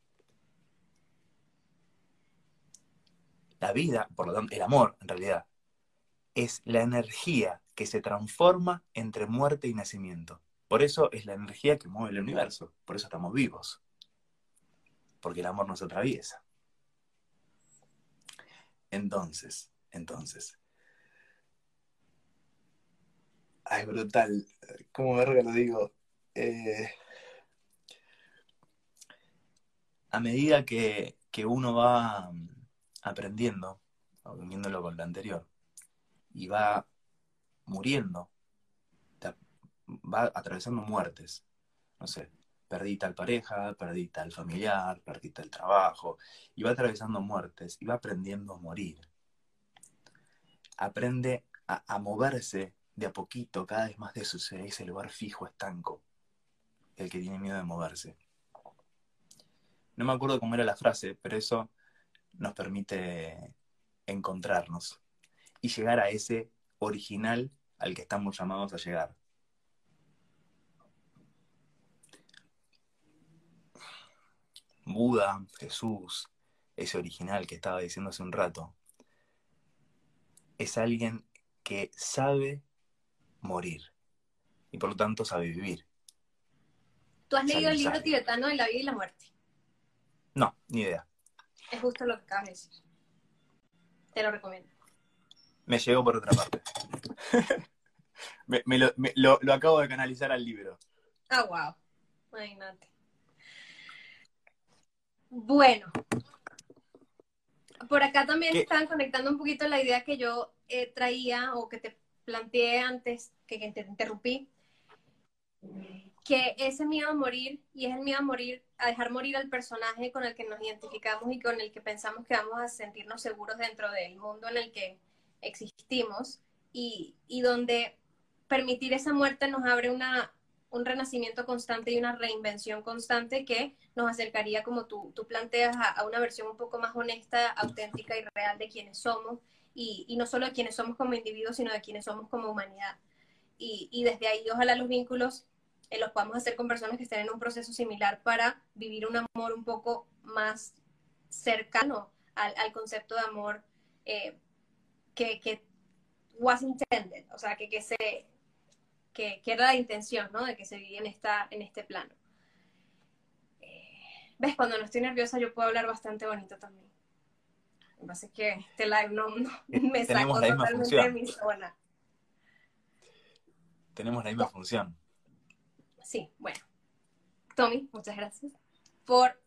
C: La vida, por lo tanto, el amor, en realidad, es la energía que se transforma entre muerte y nacimiento. Por eso es la energía que mueve el universo. Por eso estamos vivos. Porque el amor nos atraviesa. Entonces, entonces. Ay, brutal. ¿Cómo verga lo digo? Eh, a medida que, que uno va mm, aprendiendo, o uniéndolo con lo anterior, y va muriendo, va atravesando muertes. No sé, perdí tal pareja, perdí tal familiar, perdí tal trabajo, y va atravesando muertes, y va aprendiendo a morir. Aprende a, a moverse de a poquito, cada vez más de su, ese lugar fijo, estanco, el que tiene miedo de moverse. No me acuerdo cómo era la frase, pero eso nos permite encontrarnos y llegar a ese original al que estamos llamados a llegar. Buda, Jesús, ese original que estaba diciendo hace un rato, es alguien que sabe morir y por lo tanto sabe vivir.
B: ¿Tú has
C: Es
B: leído
C: alguien
B: el libro
C: sabio.
B: tibetano de la vida y la muerte?
C: No, ni idea.
B: Es justo lo que acabas de decir. Te lo recomiendo.
C: Me llegó por otra parte. me, me lo, me, lo, lo acabo de canalizar al libro.
B: Ah, wow. Imagínate. Bueno, por acá también
C: ¿Qué?
B: están conectando un poquito la idea que yo eh, traía o que te planteé antes, que, que te interrumpí, que ese miedo a morir, y es el miedo a morir, a dejar morir al personaje con el que nos identificamos y con el que pensamos que vamos a sentirnos seguros dentro del mundo en el que existimos, y, y donde permitir esa muerte nos abre una, un renacimiento constante y una reinvención constante que nos acercaría, como tú, tú planteas, a, a una versión un poco más honesta, auténtica y real de quienes somos, y, y no solo de quienes somos como individuos, sino de quienes somos como humanidad. Y, y desde ahí, ojalá los vínculos eh, los podamos hacer con personas que estén en un proceso similar para vivir un amor un poco más cercano al, al concepto de amor eh, que, que was intended, o sea, que, que, se, que, que era la intención, ¿no? De que se vivía en, esta, en este plano. Eh, ¿Ves? Cuando no estoy nerviosa yo puedo hablar bastante bonito también. Lo que pasa es que este live no, no me
C: Tenemos
B: sacó
C: la misma
B: totalmente de
C: función.
B: mi zona.
C: Tenemos la misma función.
B: Sí, bueno. Tommy, muchas gracias por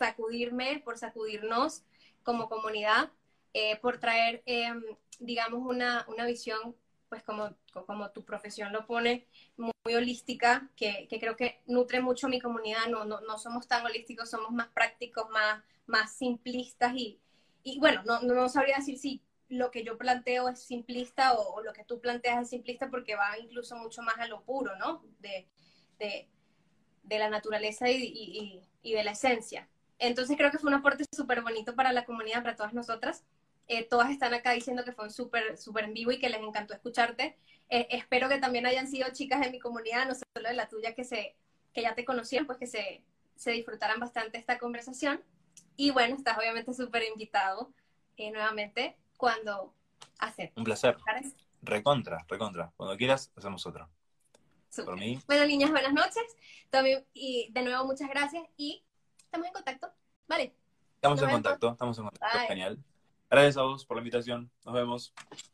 B: sacudirme, por sacudirnos como comunidad, eh, por traer, eh, digamos, una, una visión, pues como, como tu profesión lo pone, muy, muy holística, que, que creo que nutre mucho a mi comunidad. No, no, no somos tan holísticos, somos más prácticos, más, más simplistas y, y bueno, no, no sabría decir si lo que yo planteo es simplista o, o lo que tú planteas es simplista, porque va incluso mucho más a lo puro, ¿no? De, de, de la naturaleza y, y, y de la esencia. Entonces creo que fue un aporte súper bonito para la comunidad, para todas nosotras. Eh, todas están acá diciendo que fue súper súper en vivo y que les encantó escucharte. Eh, espero que también hayan sido chicas de mi comunidad, no solo de la tuya, que, se, que ya te conocían, pues que se, se disfrutaran bastante esta conversación. Y bueno, estás obviamente súper invitado eh, nuevamente cuando aceptes.
C: Un placer. Recontra, recontra. Cuando quieras, hacemos otra.
B: Super.
C: Por mí.
B: Bueno, niñas, buenas noches. También, y de nuevo, muchas gracias y estamos en contacto. Vale.
C: Estamos
B: Nos
C: en
B: vemos.
C: contacto, estamos en contacto.
B: Bye.
C: Genial. Gracias a vos por la invitación. Nos vemos.